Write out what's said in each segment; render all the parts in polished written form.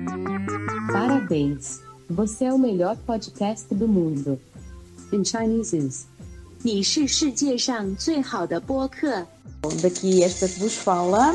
Parabéns! Você é o melhor podcast do mundo. In Chinese is: 你是世界上最好的播客. Daqui esta que vos fala.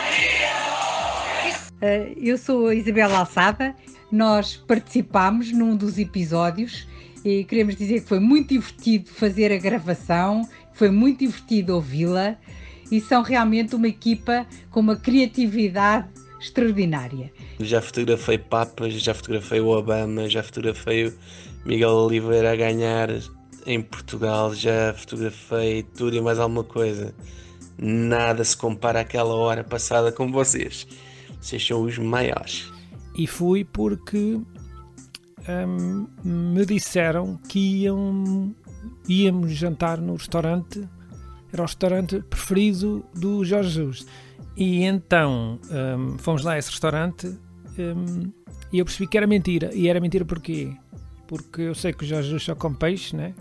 Eu sou a Isabela Alçada. Nós participámos num dos episódios e queremos dizer que foi muito divertido fazer a gravação, foi muito divertido ouvi-la e são realmente uma equipa com uma criatividade extraordinária. Já fotografei Papas, já fotografei o Obama, já fotografei o Miguel Oliveira a ganhar em Portugal, já fotografei tudo e mais alguma coisa. Nada se compara àquela hora passada com vocês. Vocês são os maiores. E fui porque me disseram que íamos jantar no restaurante, era o restaurante preferido do Jorge Jesus. E então fomos lá a esse restaurante e eu percebi que era mentira. E era mentira porquê? Porque eu sei que o Jorge Jesus só come peixe, né?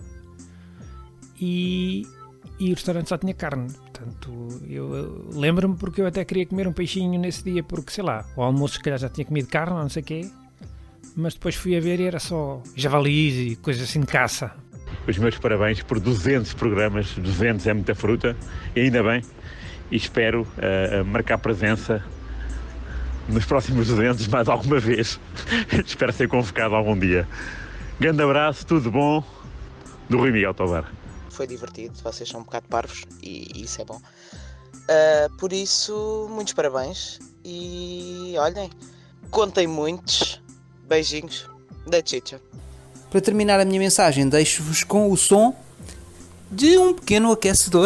E o restaurante só tinha carne. Portanto, eu lembro-me porque eu até queria comer um peixinho nesse dia, porque, sei lá, o almoço se calhar já tinha comido carne, ou não sei o quê. Mas depois fui a ver e era só javalis e coisas assim de caça. Os meus parabéns por 200 programas, 200 é muita fruta, e ainda bem. E espero marcar presença nos próximos 200 mais alguma vez. Espero ser convocado algum dia. Grande abraço, tudo bom, do Rui Miguel Tovar. Foi divertido, vocês são um bocado parvos e isso é bom. Por isso, muitos parabéns e olhem, contem muitos. Beijinhos da Chicha. Para terminar a minha mensagem, deixo-vos com o som de um pequeno aquecedor.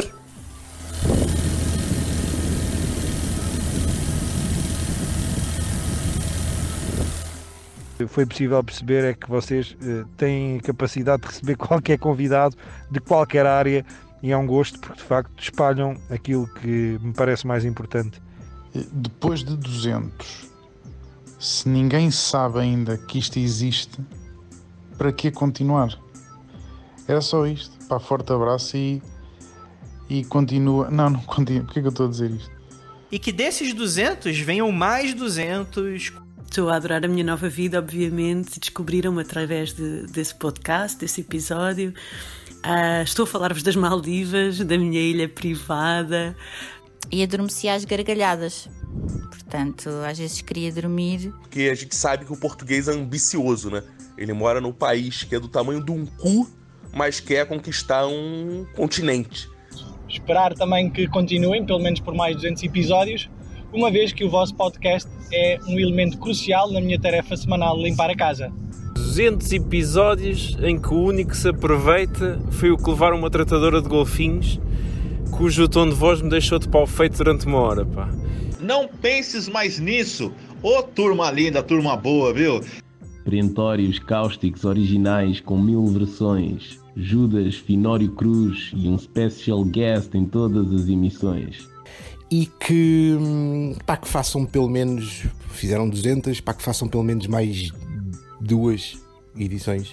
Foi possível perceber é que vocês têm capacidade de receber qualquer convidado de qualquer área e é um gosto porque de facto espalham aquilo que me parece mais importante. Depois de 200, se ninguém sabe ainda que isto existe, para que continuar? Era só isto. Pá, forte abraço e continua. Não continua. Por que eu estou a dizer isto? E que desses 200 venham mais 200. Estou a adorar a minha nova vida, obviamente. Descobriram-me através desse podcast, desse episódio. Estou a falar-vos das Maldivas, da minha ilha privada. E adormeci às gargalhadas. Portanto, às vezes queria dormir. Porque a gente sabe que o português é ambicioso, né? Ele mora num país que é do tamanho de um cu, mas quer conquistar um continente. Esperar também que continuem, pelo menos por mais 200 episódios, uma vez que o vosso podcast é um elemento crucial na minha tarefa semanal de limpar a casa. 200 episódios em que o único que se aproveita foi o que levaram uma tratadora de golfinhos, cujo tom de voz me deixou de pau feito durante uma hora, pá. Não penses mais nisso. Ô turma linda, turma boa, viu? Perentórios cáusticos originais com 1000 versões, Judas, Finório Cruz e um special guest em todas as emissões. E que façam pelo menos, fizeram 200, que façam pelo menos mais 2 edições.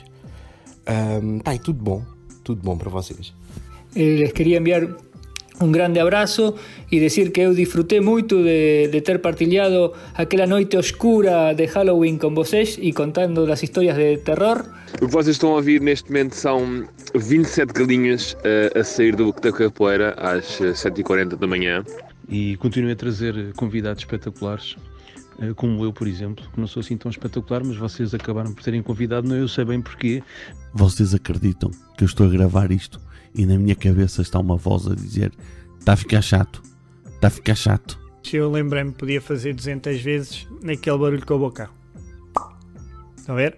E tudo bom para vocês. Les queria enviar um grande abraço e dizer que eu disfrutei muito de ter partilhado aquela noite oscura de Halloween com vocês e contando das histórias de terror. O que vocês estão a ouvir neste momento são 27 galinhas a sair da capoeira às 7h40 da manhã. E continuem a trazer convidados espetaculares, como eu, por exemplo, que não sou assim tão espetacular, mas vocês acabaram por terem convidado, não eu sei bem porquê. Vocês acreditam que eu estou a gravar isto e na minha cabeça está uma voz a dizer: está a ficar chato, está a ficar chato. Eu lembrei-me que podia fazer 200 vezes naquele barulho com a boca. Estão a ver?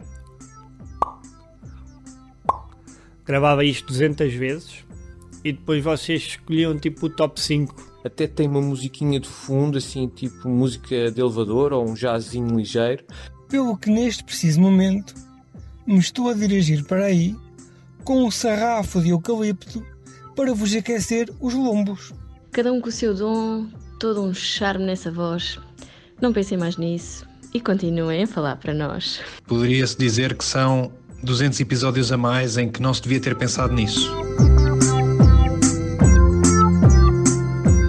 Gravava isto 200 vezes e depois vocês escolhiam tipo o top 5. Até tem uma musiquinha de fundo, assim, tipo música de elevador ou um jazzinho ligeiro. Pelo que neste preciso momento me estou a dirigir para aí com um sarrafo de eucalipto para vos aquecer os lombos. Cada um com o seu dom, todo um charme nessa voz. Não pensem mais nisso e continuem a falar para nós. Poderia-se dizer que são 200 episódios a mais em que não se devia ter pensado nisso.